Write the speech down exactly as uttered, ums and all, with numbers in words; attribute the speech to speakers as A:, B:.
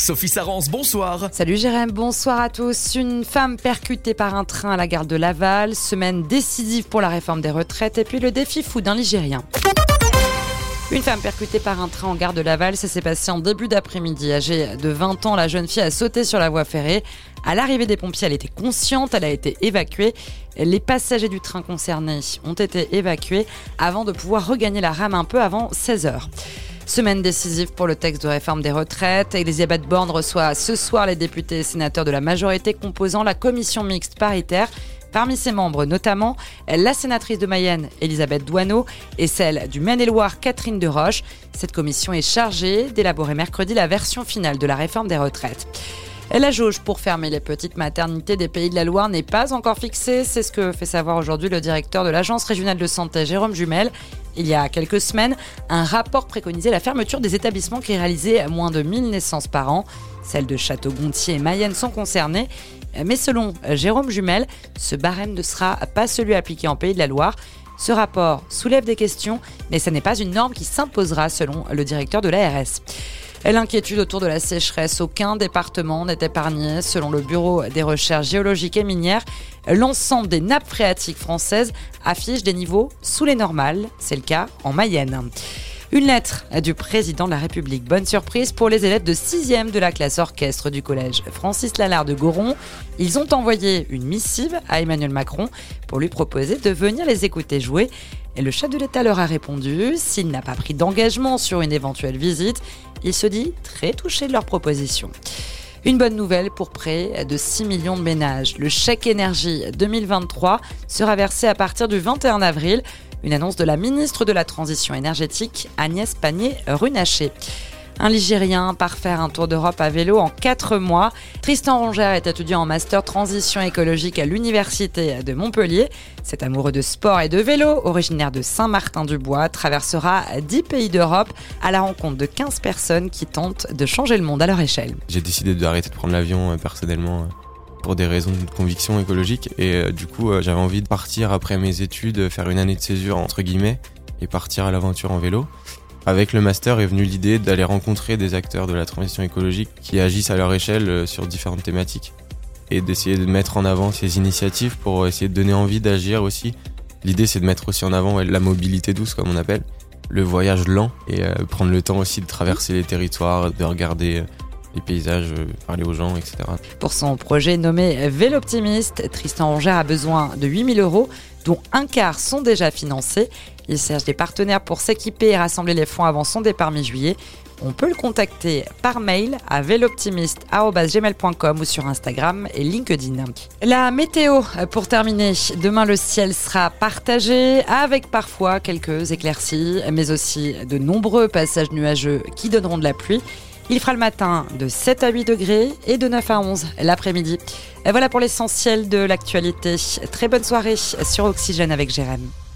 A: Sophie Sarance, bonsoir.
B: Salut Jérém, bonsoir à tous. Une femme percutée par un train à la gare de Laval, semaine décisive pour la réforme des retraites et puis le défi fou d'un Ligérien. Une femme percutée par un train en gare de Laval, ça s'est passé en début d'après-midi. Âgée de vingt ans, la jeune fille a sauté sur la voie ferrée. À l'arrivée des pompiers, elle était consciente, elle a été évacuée. Les passagers du train concerné ont été évacués avant de pouvoir regagner la rame un peu avant seize heures. Semaine décisive pour le texte de réforme des retraites. Elisabeth Borne reçoit ce soir les députés et sénateurs de la majorité composant la commission mixte paritaire. Parmi ses membres, notamment la sénatrice de Mayenne, Elisabeth Doineau, et celle du Maine-et-Loire, Catherine Deroche. Cette commission est chargée d'élaborer mercredi la version finale de la réforme des retraites. La jauge pour fermer les petites maternités des Pays de la Loire n'est pas encore fixée. C'est ce que fait savoir aujourd'hui le directeur de l'Agence régionale de santé, Jérôme Jumel. Il y a quelques semaines, un rapport préconisait la fermeture des établissements qui réalisaient moins de mille naissances par an. Celles de Château-Gontier et Mayenne sont concernées. Mais selon Jérôme Jumel, ce barème ne sera pas celui appliqué en Pays de la Loire. Ce rapport soulève des questions, mais ce n'est pas une norme qui s'imposera selon le directeur de l'A R S. L'inquiétude autour de la sécheresse, aucun département n'est épargné. Selon le Bureau des recherches géologiques et minières, l'ensemble des nappes phréatiques françaises affiche des niveaux sous les normales. C'est le cas en Mayenne. Une lettre du président de la République. Bonne surprise pour les élèves de sixième de la classe orchestre du collège Francis Lalard de Goron. Ils ont envoyé une missive à Emmanuel Macron pour lui proposer de venir les écouter jouer. Et le chef de l'État leur a répondu, s'il n'a pas pris d'engagement sur une éventuelle visite, il se dit très touché de leur proposition. Une bonne nouvelle pour près de six millions de ménages. Le chèque énergie deux mille vingt-trois sera versé à partir du vingt et un avril. Une annonce de la ministre de la Transition énergétique, Agnès Pannier-Runacher. Un Ligérien part faire un tour d'Europe à vélo en quatre mois. Tristan Rongère est étudiant en master transition écologique à l'université de Montpellier. Cet amoureux de sport et de vélo, originaire de Saint-Martin-du-Bois, traversera dix pays d'Europe à la rencontre de quinze personnes qui tentent de changer le monde à leur échelle.
C: J'ai décidé d'arrêter de prendre l'avion euh, personnellement euh, pour des raisons de conviction écologique et euh, du coup euh, j'avais envie de partir après mes études, faire une année de césure entre guillemets et partir à l'aventure en vélo. Avec le master est venue l'idée d'aller rencontrer des acteurs de la transition écologique qui agissent à leur échelle sur différentes thématiques et d'essayer de mettre en avant ces initiatives pour essayer de donner envie d'agir aussi. L'idée c'est de mettre aussi en avant ouais, la mobilité douce comme on appelle, le voyage lent et euh, prendre le temps aussi de traverser les territoires, de regarder euh, les paysages, euh, parler aux gens, et cetera.
B: Pour son projet nommé Véloptimiste, Tristan Rongère a besoin de huit mille euros, dont un quart sont déjà financés. Il cherche des partenaires pour s'équiper et rassembler les fonds avant son départ mi-juillet. On peut le contacter par mail à véloptimiste arobase gmail point com ou sur Instagram et LinkedIn. La météo, pour terminer. Demain, le ciel sera partagé avec parfois quelques éclaircies, mais aussi de nombreux passages nuageux qui donneront de la pluie. Il fera le matin de sept à huit degrés et de neuf à onze l'après-midi. Et voilà pour l'essentiel de l'actualité. Très bonne soirée sur Oxygène avec Jérém.